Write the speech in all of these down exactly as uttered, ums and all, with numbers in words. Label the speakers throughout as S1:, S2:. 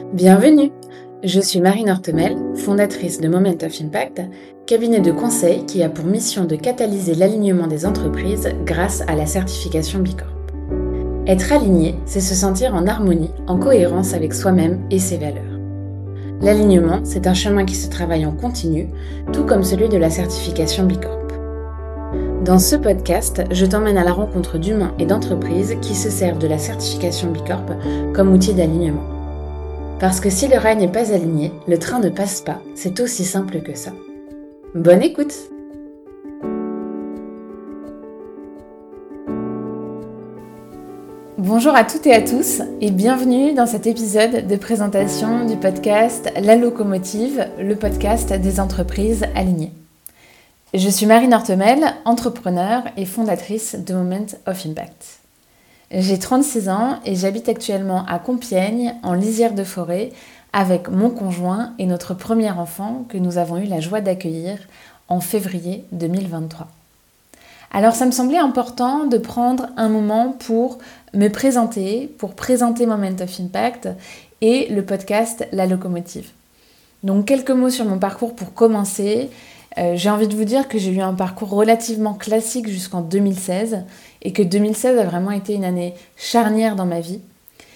S1: Bienvenue! Je suis Marine Hortemel, fondatrice de Moment of Impact, cabinet de conseil qui a pour mission de catalyser l'alignement des entreprises grâce à la certification B Corp. Être aligné, c'est se sentir en harmonie, en cohérence avec soi-même et ses valeurs. L'alignement, c'est un chemin qui se travaille en continu, tout comme celui de la certification B Corp. Dans ce podcast, je t'emmène à la rencontre d'humains et d'entreprises qui se servent de la certification B Corp comme outil d'alignement. Parce que si le rail n'est pas aligné, le train ne passe pas, c'est aussi simple que ça. Bonne écoute! Bonjour à toutes et à tous et bienvenue dans cet épisode de présentation du podcast La Locomotive, le podcast des entreprises alignées. Je suis Marine Hortemel, entrepreneur et fondatrice de Moment of Impact. J'ai trente-six ans et j'habite actuellement à Compiègne, en lisière de forêt, avec mon conjoint et notre premier enfant que nous avons eu la joie d'accueillir en février deux mille vingt-trois. Alors ça me semblait important de prendre un moment pour me présenter, pour présenter Moment of Impact et le podcast La Locomotive. Donc quelques mots sur mon parcours pour commencer. Euh, j'ai envie de vous dire que j'ai eu un parcours relativement classique jusqu'en deux mille seize et que deux mille seize a vraiment été une année charnière dans ma vie.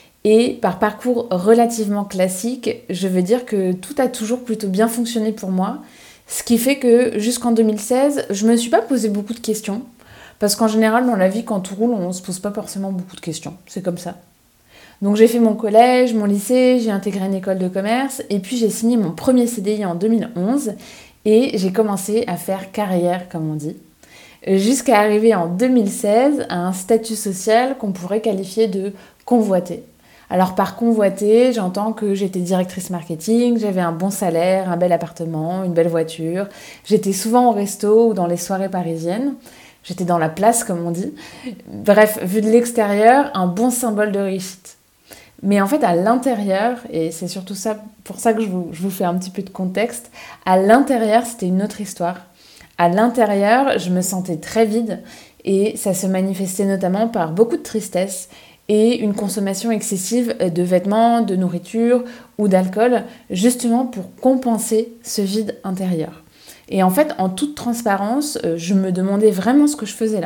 S1: Et par parcours relativement classique, je veux dire que tout a toujours plutôt bien fonctionné pour moi, ce qui fait que jusqu'en deux mille seize, je me suis pas posé beaucoup de questions, parce qu'en général dans la vie quand tout roule, on se pose pas forcément beaucoup de questions, c'est comme ça. Donc j'ai fait mon collège, mon lycée, j'ai intégré une école de commerce et puis j'ai signé mon premier C D I en deux mille onze et j'ai commencé à faire carrière comme on dit, jusqu'à arriver en deux mille seize à un statut social qu'on pourrait qualifier de convoité. Alors par convoité, j'entends que j'étais directrice marketing, j'avais un bon salaire, un bel appartement, une belle voiture, j'étais souvent au resto ou dans les soirées parisiennes, j'étais dans la place comme on dit. Bref, vu de l'extérieur, un bon symbole de réussite. Mais en fait, à l'intérieur, et c'est surtout ça, pour ça que je vous, je vous fais un petit peu de contexte, à l'intérieur, c'était une autre histoire. À l'intérieur, je me sentais très vide et ça se manifestait notamment par beaucoup de tristesse et une consommation excessive de vêtements, de nourriture ou d'alcool, justement pour compenser ce vide intérieur. Et en fait, en toute transparence, je me demandais vraiment ce que je faisais là.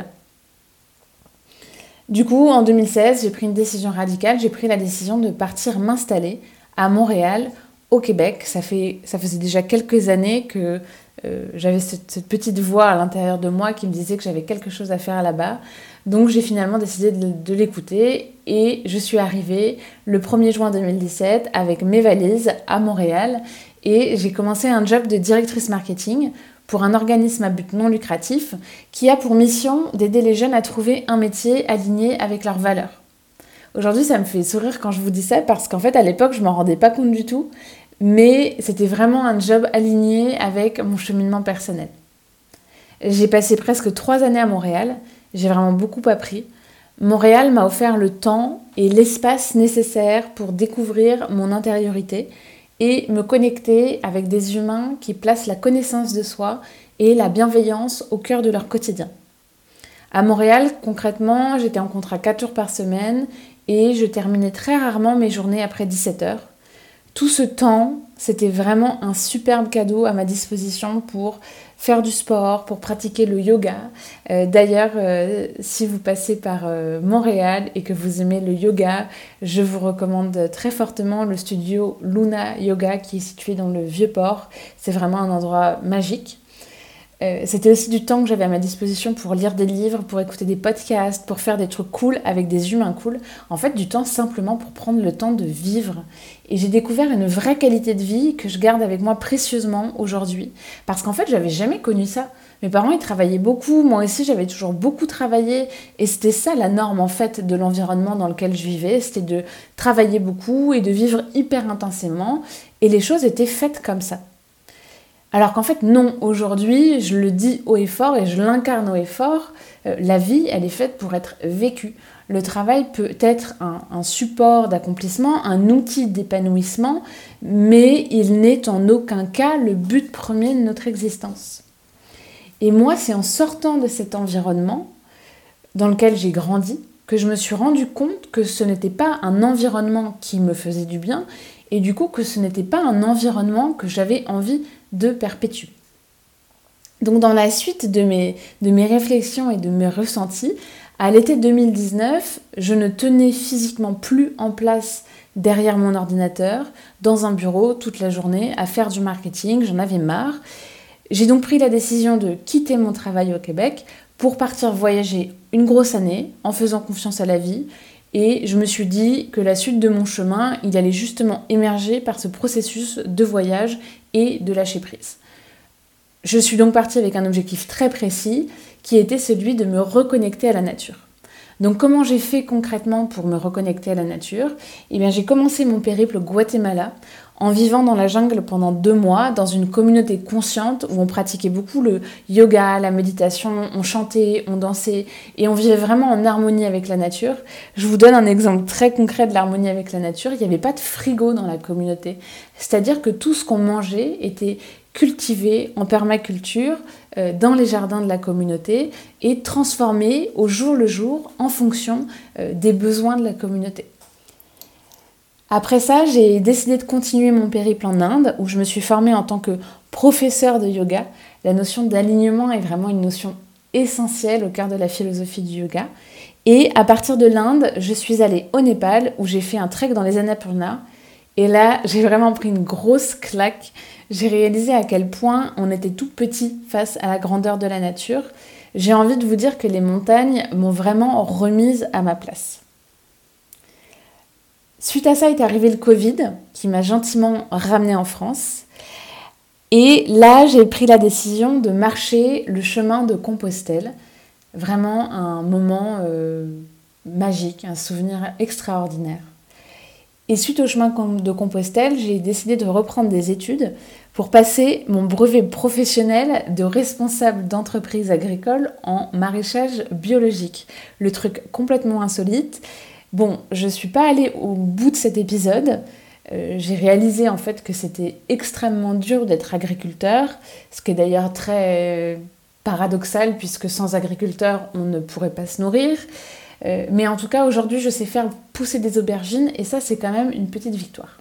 S1: Du coup, en deux mille seize, j'ai pris une décision radicale. J'ai pris la décision de partir m'installer à Montréal, au Québec. Ça fait, ça faisait déjà quelques années que euh, j'avais cette, cette petite voix à l'intérieur de moi qui me disait que j'avais quelque chose à faire là-bas. Donc, j'ai finalement décidé de, de l'écouter et je suis arrivée le premier juin deux mille dix-sept avec mes valises à Montréal et j'ai commencé un job de directrice marketing pour un organisme à but non lucratif qui a pour mission d'aider les jeunes à trouver un métier aligné avec leurs valeurs. Aujourd'hui, ça me fait sourire quand je vous dis ça parce qu'en fait, à l'époque, je m'en rendais pas compte du tout, mais c'était vraiment un job aligné avec mon cheminement personnel. J'ai passé presque trois années à Montréal, j'ai vraiment beaucoup appris. Montréal m'a offert le temps et l'espace nécessaires pour découvrir mon intériorité et me connecter avec des humains qui placent la connaissance de soi et la bienveillance au cœur de leur quotidien. À Montréal, concrètement, j'étais en contrat quatre jours par semaine et je terminais très rarement mes journées après dix-sept heures. Tout ce temps, c'était vraiment un superbe cadeau à ma disposition pour faire du sport, pour pratiquer le yoga. Euh, d'ailleurs, euh, si vous passez par euh, Montréal et que vous aimez le yoga, je vous recommande très fortement le studio Luna Yoga qui est situé dans le Vieux-Port. C'est vraiment un endroit magique. Euh, c'était aussi du temps que j'avais à ma disposition pour lire des livres, pour écouter des podcasts, pour faire des trucs cool avec des humains cool. En fait, du temps simplement pour prendre le temps de vivre. Et j'ai découvert une vraie qualité de vie que je garde avec moi précieusement aujourd'hui. Parce qu'en fait, j'avais jamais connu ça. Mes parents, ils travaillaient beaucoup. Moi aussi, j'avais toujours beaucoup travaillé. Et c'était ça la norme, en fait, de l'environnement dans lequel je vivais. C'était de travailler beaucoup et de vivre hyper intensément. Et les choses étaient faites comme ça. Alors qu'en fait, non, aujourd'hui, je le dis haut et fort et je l'incarne haut et fort, euh, la vie, elle est faite pour être vécue. Le travail peut être un, un support d'accomplissement, un outil d'épanouissement, mais il n'est en aucun cas le but premier de notre existence. Et moi, c'est en sortant de cet environnement dans lequel j'ai grandi que je me suis rendu compte que ce n'était pas un environnement qui me faisait du bien et du coup que ce n'était pas un environnement que j'avais envie de perpétuer. Donc dans la suite de mes, de mes réflexions et de mes ressentis, à l'été deux mille dix-neuf, je ne tenais physiquement plus en place derrière mon ordinateur, dans un bureau toute la journée, à faire du marketing, j'en avais marre. J'ai donc pris la décision de quitter mon travail au Québec pour partir voyager une grosse année en faisant confiance à la vie. Et je me suis dit que la suite de mon chemin, il allait justement émerger par ce processus de voyage et de lâcher prise. Je suis donc partie avec un objectif très précis qui était celui de me reconnecter à la nature. Donc comment j'ai fait concrètement pour me reconnecter à la nature ? Eh bien j'ai commencé mon périple au Guatemala en vivant dans la jungle pendant deux mois dans une communauté consciente où on pratiquait beaucoup le yoga, la méditation, on chantait, on dansait et on vivait vraiment en harmonie avec la nature. Je vous donne un exemple très concret de l'harmonie avec la nature. Il n'y avait pas de frigo dans la communauté, c'est-à-dire que tout ce qu'on mangeait était cultivé en permaculture euh, dans les jardins de la communauté et transformé au jour le jour en fonction euh, des besoins de la communauté. Après ça, j'ai décidé de continuer mon périple en Inde où je me suis formée en tant que professeure de yoga. La notion d'alignement est vraiment une notion essentielle au cœur de la philosophie du yoga. Et à partir de l'Inde, je suis allée au Népal où j'ai fait un trek dans les Annapurna. Et là, j'ai vraiment pris une grosse claque. J'ai réalisé à quel point on était tout petit face à la grandeur de la nature. J'ai envie de vous dire que les montagnes m'ont vraiment remise à ma place. Suite à ça est arrivé le Covid, qui m'a gentiment ramenée en France. Et là, j'ai pris la décision de marcher le chemin de Compostelle. Vraiment un moment euh, magique, un souvenir extraordinaire. Et suite au chemin de Compostelle, j'ai décidé de reprendre des études pour passer mon brevet professionnel de responsable d'entreprise agricole en maraîchage biologique. Le truc complètement insolite. Bon, je ne suis pas allée au bout de cet épisode. Euh, j'ai réalisé en fait que c'était extrêmement dur d'être agriculteur, ce qui est d'ailleurs très paradoxal puisque sans agriculteur, on ne pourrait pas se nourrir. Euh, mais en tout cas, aujourd'hui, je sais faire pousser des aubergines et ça, c'est quand même une petite victoire.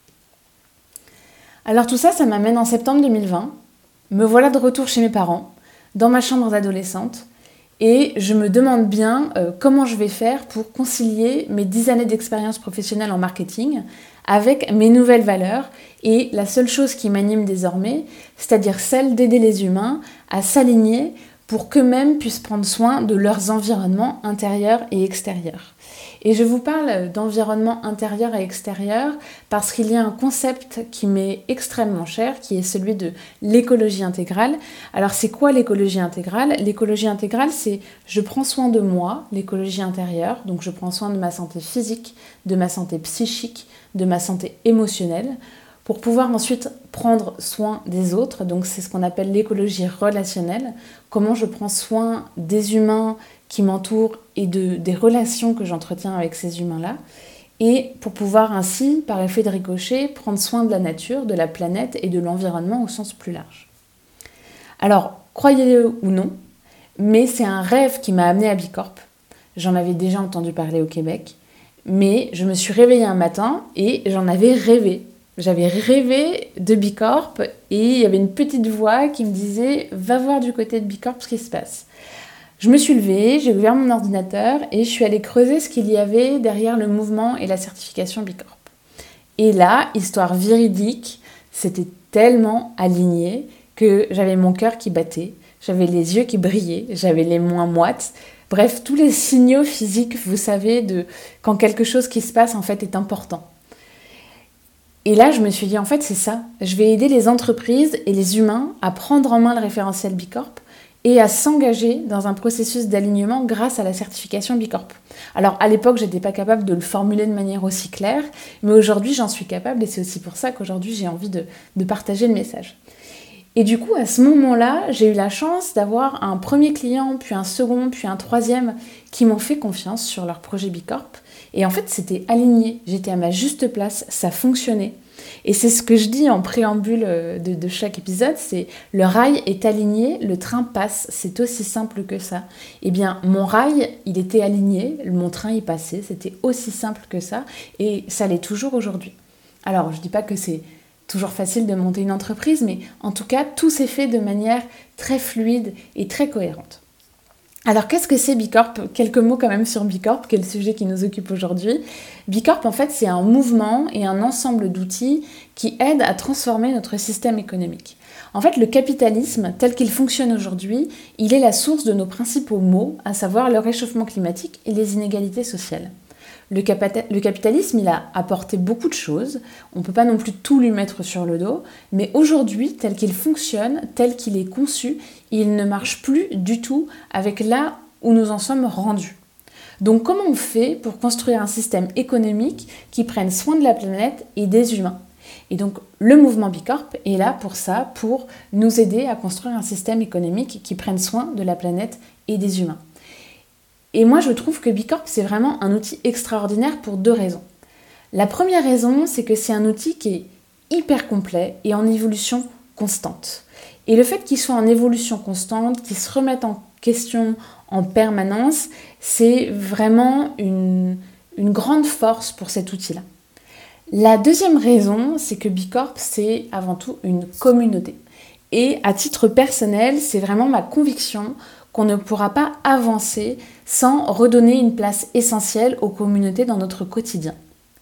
S1: Alors tout ça, ça m'amène en septembre deux mille vingt. Me voilà de retour chez mes parents, dans ma chambre d'adolescente. Et je me demande bien euh, comment je vais faire pour concilier mes dix années d'expérience professionnelle en marketing avec mes nouvelles valeurs et la seule chose qui m'anime désormais, c'est-à-dire celle d'aider les humains à s'aligner pour qu'eux-mêmes puissent prendre soin de leurs environnements intérieurs et extérieurs. Et je vous parle d'environnement intérieur et extérieur parce qu'il y a un concept qui m'est extrêmement cher, qui est celui de l'écologie intégrale. Alors c'est quoi l'écologie intégrale ? L'écologie intégrale, c'est je prends soin de moi, l'écologie intérieure, donc je prends soin de ma santé physique, de ma santé psychique, de ma santé émotionnelle, pour pouvoir ensuite prendre soin des autres. Donc c'est ce qu'on appelle l'écologie relationnelle, comment je prends soin des humains qui m'entourent et de, des relations que j'entretiens avec ces humains-là, et pour pouvoir ainsi, par effet de ricochet, prendre soin de la nature, de la planète et de l'environnement au sens plus large. Alors, croyez-le ou non, mais c'est un rêve qui m'a amenée à Bicorp. J'en avais déjà entendu parler au Québec, mais je me suis réveillée un matin et j'en avais rêvé. J'avais rêvé de Bicorp et il y avait une petite voix qui me disait « Va voir du côté de Bicorp ce qui se passe ». Je me suis levée, j'ai ouvert mon ordinateur et je suis allée creuser ce qu'il y avait derrière le mouvement et la certification Bicorp. Et là, histoire véridique, c'était tellement aligné que j'avais mon cœur qui battait, j'avais les yeux qui brillaient, j'avais les mains moites. Bref, tous les signaux physiques, vous savez, de quand quelque chose qui se passe en fait est important. Et là, je me suis dit, en fait, c'est ça. Je vais aider les entreprises et les humains à prendre en main le référentiel Bicorp et à s'engager dans un processus d'alignement grâce à la certification Bicorp. Alors, à l'époque, je n'étais pas capable de le formuler de manière aussi claire, mais aujourd'hui, j'en suis capable et c'est aussi pour ça qu'aujourd'hui, j'ai envie de, de partager le message. Et du coup, à ce moment-là, j'ai eu la chance d'avoir un premier client, puis un second, puis un troisième qui m'ont fait confiance sur leur projet Bicorp. Et en fait, c'était aligné. J'étais à ma juste place, ça fonctionnait. Et c'est ce que je dis en préambule de, de chaque épisode, c'est le rail est aligné, le train passe, c'est aussi simple que ça. Eh bien, mon rail, il était aligné, mon train y passait, c'était aussi simple que ça, et ça l'est toujours aujourd'hui. Alors, je ne dis pas que c'est toujours facile de monter une entreprise, mais en tout cas, tout s'est fait de manière très fluide et très cohérente. Alors, qu'est-ce que c'est Bicorp ? Quelques mots quand même sur Bicorp, qui est le sujet qui nous occupe aujourd'hui. Bicorp, en fait, c'est un mouvement et un ensemble d'outils qui aident à transformer notre système économique. En fait, le capitalisme, tel qu'il fonctionne aujourd'hui, il est la source de nos principaux maux, à savoir le réchauffement climatique et les inégalités sociales. Le, capita- le capitalisme, il a apporté beaucoup de choses, on ne peut pas non plus tout lui mettre sur le dos, mais aujourd'hui, tel qu'il fonctionne, tel qu'il est conçu, il ne marche plus du tout avec là où nous en sommes rendus. Donc comment on fait pour construire un système économique qui prenne soin de la planète et des humains ? Et donc le mouvement Bicorp est là pour ça, pour nous aider à construire un système économique qui prenne soin de la planète et des humains. Et moi, je trouve que Bicorp, c'est vraiment un outil extraordinaire pour deux raisons. La première raison, c'est que c'est un outil qui est hyper complet et en évolution constante. Et le fait qu'il soit en évolution constante, qu'il se remette en question en permanence, c'est vraiment une, une grande force pour cet outil-là. La deuxième raison, c'est que Bicorp, c'est avant tout une communauté. Et à titre personnel, c'est vraiment ma conviction qu'on ne pourra pas avancer sans redonner une place essentielle aux communautés dans notre quotidien.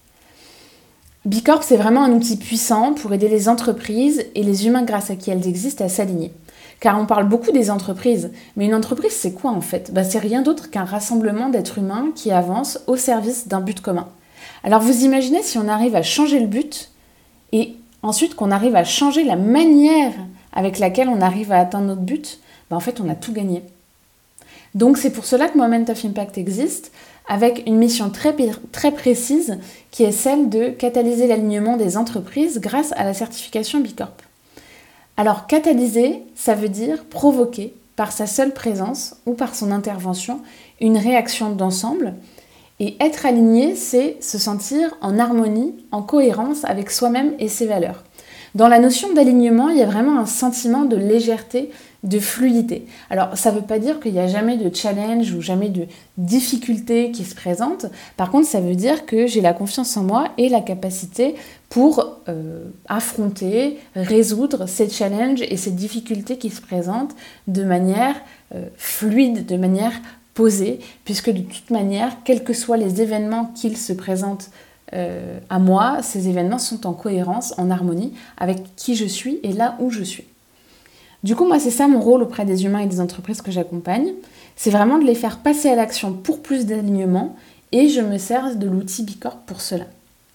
S1: Bicorp, c'est vraiment un outil puissant pour aider les entreprises et les humains grâce à qui elles existent à s'aligner. Car on parle beaucoup des entreprises, mais une entreprise, c'est quoi en fait ? Bah, c'est rien d'autre qu'un rassemblement d'êtres humains qui avancent au service d'un but commun. Alors vous imaginez si on arrive à changer le but et ensuite qu'on arrive à changer la manière avec laquelle on arrive à atteindre notre but, bah, en fait on a tout gagné. Donc c'est pour cela que Moment of Impact existe, avec une mission très, très précise qui est celle de catalyser l'alignement des entreprises grâce à la certification Bicorp. Alors catalyser, ça veut dire provoquer par sa seule présence ou par son intervention une réaction d'ensemble. Et être aligné, c'est se sentir en harmonie, en cohérence avec soi-même et ses valeurs. Dans la notion d'alignement, il y a vraiment un sentiment de légèreté, de fluidité. Alors, ça ne veut pas dire qu'il n'y a jamais de challenge ou jamais de difficulté qui se présente. Par contre, ça veut dire que j'ai la confiance en moi et la capacité pour euh, affronter, résoudre ces challenges et ces difficultés qui se présentent de manière euh, fluide, de manière posée, puisque de toute manière, quels que soient les événements qu'ils se présentent Euh, à moi, ces événements sont en cohérence, en harmonie avec qui je suis et là où je suis. Du coup, moi, c'est ça mon rôle auprès des humains et des entreprises que j'accompagne. C'est vraiment de les faire passer à l'action pour plus d'alignement et je me sers de l'outil Bicorp pour cela.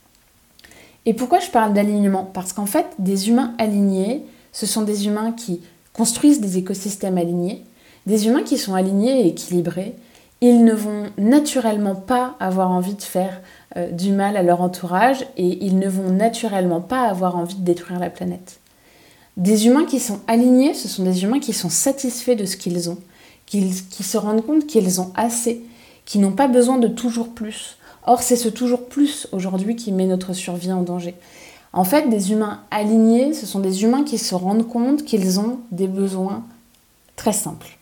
S1: Et pourquoi je parle d'alignement ? Parce qu'en fait, des humains alignés, ce sont des humains qui construisent des écosystèmes alignés, des humains qui sont alignés et équilibrés. Ils ne vont naturellement pas avoir envie de faire euh, du mal à leur entourage et ils ne vont naturellement pas avoir envie de détruire la planète. Des humains qui sont alignés, ce sont des humains qui sont satisfaits de ce qu'ils ont, qui, qui se rendent compte qu'ils ont assez, qui n'ont pas besoin de toujours plus. Or, c'est ce toujours plus aujourd'hui qui met notre survie en danger. En fait, des humains alignés, ce sont des humains qui se rendent compte qu'ils ont des besoins très simples.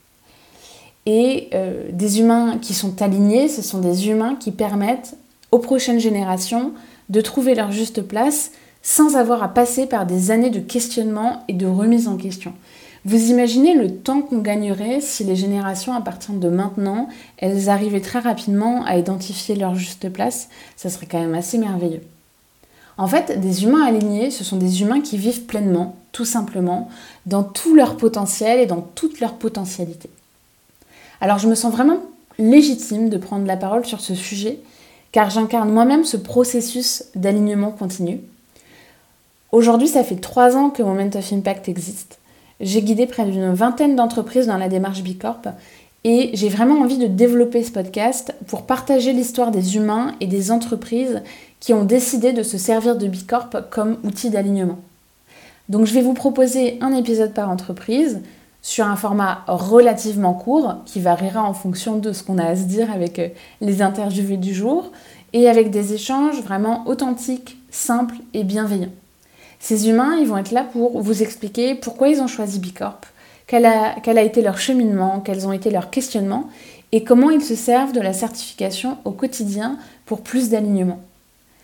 S1: Et euh, des humains qui sont alignés, ce sont des humains qui permettent aux prochaines générations de trouver leur juste place sans avoir à passer par des années de questionnement et de remise en question. Vous imaginez le temps qu'on gagnerait si les générations à partir de maintenant, elles arrivaient très rapidement à identifier leur juste place, ça serait quand même assez merveilleux. En fait, des humains alignés, ce sont des humains qui vivent pleinement, tout simplement, dans tout leur potentiel et dans toute leur potentialité. Alors je me sens vraiment légitime de prendre la parole sur ce sujet, car j'incarne moi-même ce processus d'alignement continu. Aujourd'hui, ça fait trois ans que Moment of Impact existe. J'ai guidé près d'une vingtaine d'entreprises dans la démarche Bicorp et j'ai vraiment envie de développer ce podcast pour partager l'histoire des humains et des entreprises qui ont décidé de se servir de Bicorp comme outil d'alignement. Donc je vais vous proposer un épisode par entreprise, sur un format relativement court, qui variera en fonction de ce qu'on a à se dire avec les interviewés du jour, et avec des échanges vraiment authentiques, simples et bienveillants. Ces humains, ils vont être là pour vous expliquer pourquoi ils ont choisi Bicorp, quel a, quel a été leur cheminement, quels ont été leurs questionnements, et comment ils se servent de la certification au quotidien pour plus d'alignement.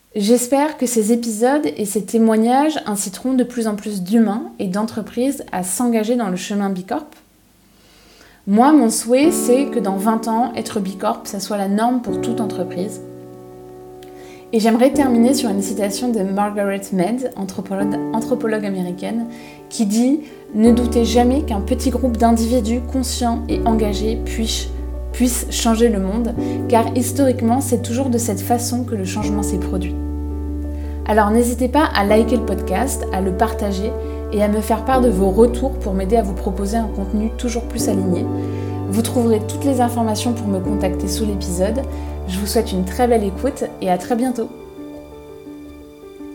S1: J'espère que ces épisodes et ces témoignages inciteront de plus en plus d'humains et d'entreprises à s'engager dans le chemin Bicorp. Moi, mon souhait, c'est que dans vingt ans, être Bicorp, ça soit la norme pour toute entreprise. Et j'aimerais terminer sur une citation de Margaret Mead, anthropologue, anthropologue américaine, qui dit « Ne doutez jamais qu'un petit groupe d'individus conscients et engagés puisse, puisse changer le monde, car historiquement, c'est toujours de cette façon que le changement s'est produit. » Alors n'hésitez pas à liker le podcast, à le partager et à me faire part de vos retours pour m'aider à vous proposer un contenu toujours plus aligné. Vous trouverez toutes les informations pour me contacter sous l'épisode. Je vous souhaite une très belle écoute et à très bientôt.